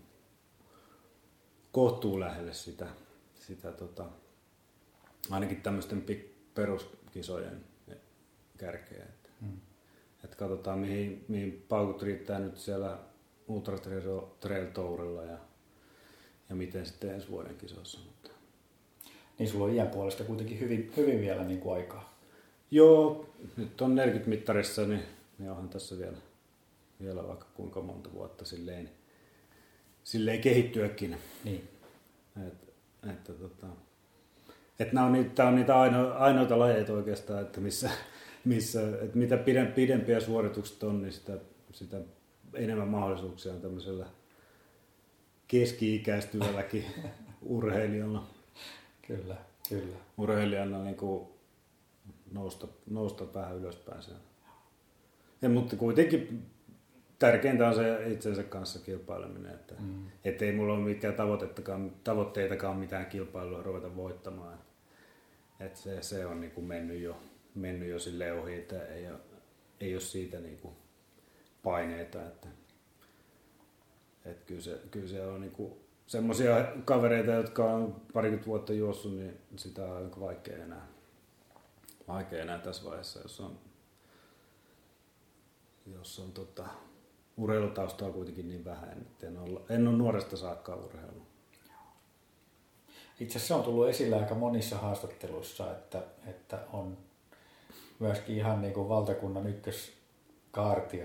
kohtuu lähelle sitä ainakin tämmöisten peruskisojen kärkeä. Että katsotaan mihin paukut riittää nyt siellä Ultra Trail Tourilla ja miten sitten ensi vuoden kisoissa. Niin sulla on iän puolesta kuitenkin hyvin vielä niin kuin aikaa. Joo, nyt on 40 mittarissa, niin onhan tässä vielä vaikka kuinka monta vuotta silleen kehittyäkin. Niin. Että tää on niitä ainoita lajeita oikeastaan, että että mitä pidempiä suoritukset on, niin sitä enemmän mahdollisuuksia on tämmöisellä keski-ikäistyvälläkin urheilijalla. Kyllä. Urheilijana niin kuin nousta vähän ylöspäin siellä. Mutta kuitenkin tärkeintä on se itsensä kanssa kilpaileminen, että ei mulla ole mitään tavoitteitakaan mitään kilpailua ruveta voittamaan. Että se on niin kuin mennyt jo silleen ohi, että ei ole siitä niin kuin paineita. Että kyllä se on niin kuin semmoisia kavereita, jotka on parikymmentä vuotta juossut, niin sitä on aika vaikea enää tässä vaiheessa, jos on urheilutaustaa kuitenkin niin vähän, että en ole nuoresta saakka urheilu. Itse asiassa on tullut esille aika monissa haastatteluissa, että on myöskin ihan niin kuin valtakunnan ykköskaartia,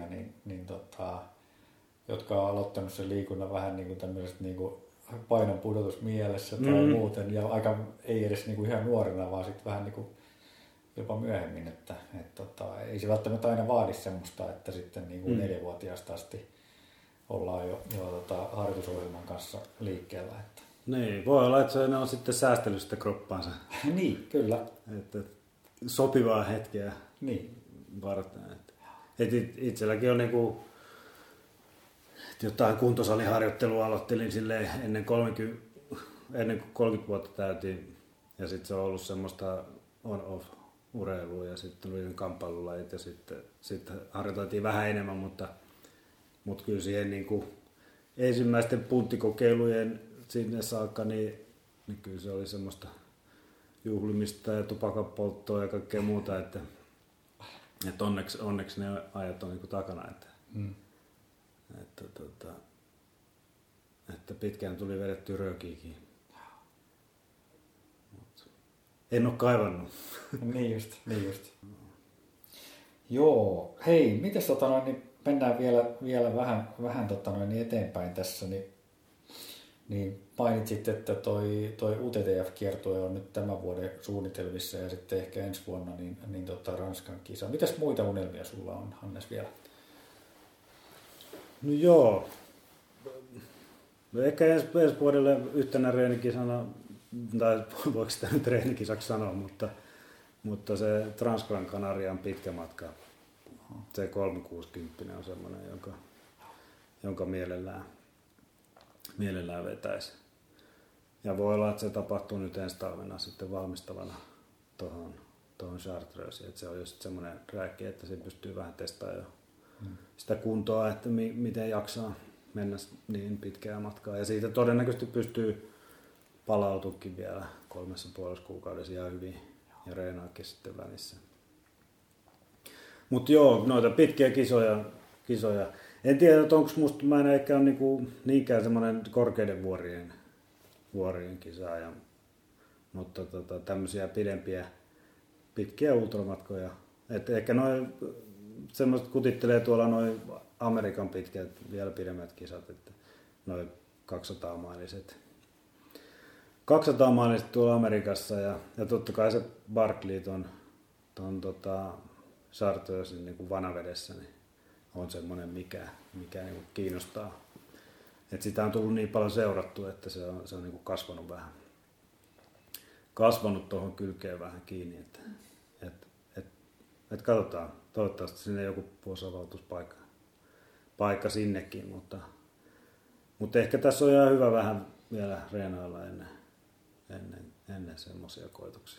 jotka on aloittanut sen liikunnan vähän niin kuin tämmöisestä niin kuin painon pudotus mielessä tai muuten, ja aika ei edes niin kuin ihan nuorena, vaan sitten vähän niin kuin jopa myöhemmin, että ei se välttämättä aina vaadi semmoista, että sitten niin kuin 4-vuotiaasta asti ollaan jo harjoitusohjelman kanssa liikkeellä. Että. Niin, voi olla, että ne on sitten säästellyt sitä kroppaansa. Niin, kyllä. Että sopivaa hetkeä varten. Että itselläkin on niinku, jotain kuntosaliharjoittelua aloittelin silleen ennen kuin 30 vuotta täytiin. Ja sitten se on ollut semmoista on-off urheilua ja sitten tuli kamppailulajit ja sitten harjoiteltiin vähän enemmän, mutta kyllä siihen niinku ensimmäisten punttikokeilujen sinne saakka, niin kyllä se oli semmoista juhlimista ja tupakanpolttoa ja kaikkea muuta, että onneksi ne ajat on niinku takana, että pitkään tuli vedetty röökiäkin. En ole kaivannut. Niin just. Joo, hei, mites niin mennään vielä vähän eteenpäin tässä, niin mainitsit, että toi UTTF-kiertue on nyt tämän vuoden suunnitelmissa ja sitten ehkä ensi vuonna niin Ranskan kisa. Mitäs muita unelmia sulla on, Hannes, vielä? No joo, ehkä ensi vuodelle yhtenä reenikisana, tai voiko sitä nyt treenikisaksi sanoa, mutta se Transgran Canarian pitkä matka, se 360 on semmoinen, jonka mielellään vetäisi. Ja voi olla, että se tapahtuu nyt ensi talvena sitten valmistavana tuohon Chartreusiin, että se on just semmoinen rääkki, että se pystyy vähän testaamaan sitä kuntoa, että miten jaksaa mennä niin pitkää matkaa. Ja siitä todennäköisesti pystyy palautukin vielä 3,5 kuukaudessa ihan hyvin ja reenaakin sitten välissä. Mutta joo, noita pitkiä kisoja. En tiedä, että onko musta, mä en ehkä ole niinkään semmoinen korkeiden vuorien kisaaja, mutta tämmöisiä pitkiä ultramatkoja. Et ehkä noin semmoiset kutittelee tuolla noin Amerikan pitkät, vielä pidemmät kisat, että noin 200-mailiset. 200-mailiset tuolla Amerikassa ja totta kai se Barkley ton Chartreusin niin kuin vanavedessä niin on semmoinen, mikä niin kuin kiinnostaa. Et sitä on tullut niin paljon seurattua, että se on niin kuin kasvanut tuohon kylkeen vähän kiinni. Et katsotaan, toivottavasti sinne joku vuosivautuspaikka sinnekin, mutta ehkä tässä on ihan hyvä vähän vielä reenailla ennen semmoisia koituksia.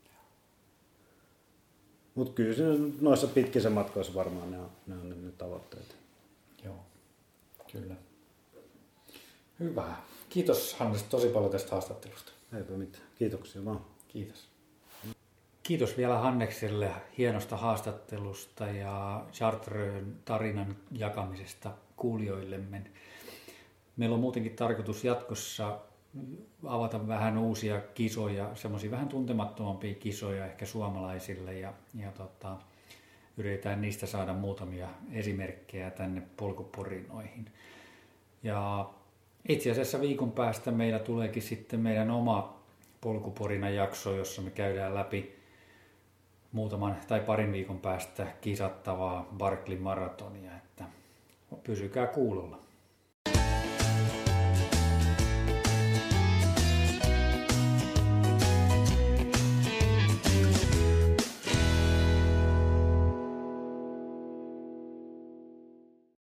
Mutta kyllä noissa pitkissä matkoissa varmaan ne on ne tavoitteet. Joo, kyllä. Hyvä. Kiitos, Hannes, tosi paljon tästä haastattelusta. Eipä mitään. Kiitoksia vaan. Kiitos. Kiitos vielä Hannekselle hienosta haastattelusta ja Chartreun tarinan jakamisesta kuulijoillemme. Meillä on muutenkin tarkoitus jatkossa avata vähän uusia kisoja, semmoisia vähän tuntemattomampia kisoja ehkä suomalaisille ja yritetään niistä saada muutamia esimerkkejä tänne polkuporinoihin. Ja itse asiassa viikon päästä meillä tuleekin sitten meidän oma polkuporina jakso, jossa me käydään läpi muutaman tai parin viikon päästä kisattavaa Barkleyn maratonia, että pysykää kuulolla.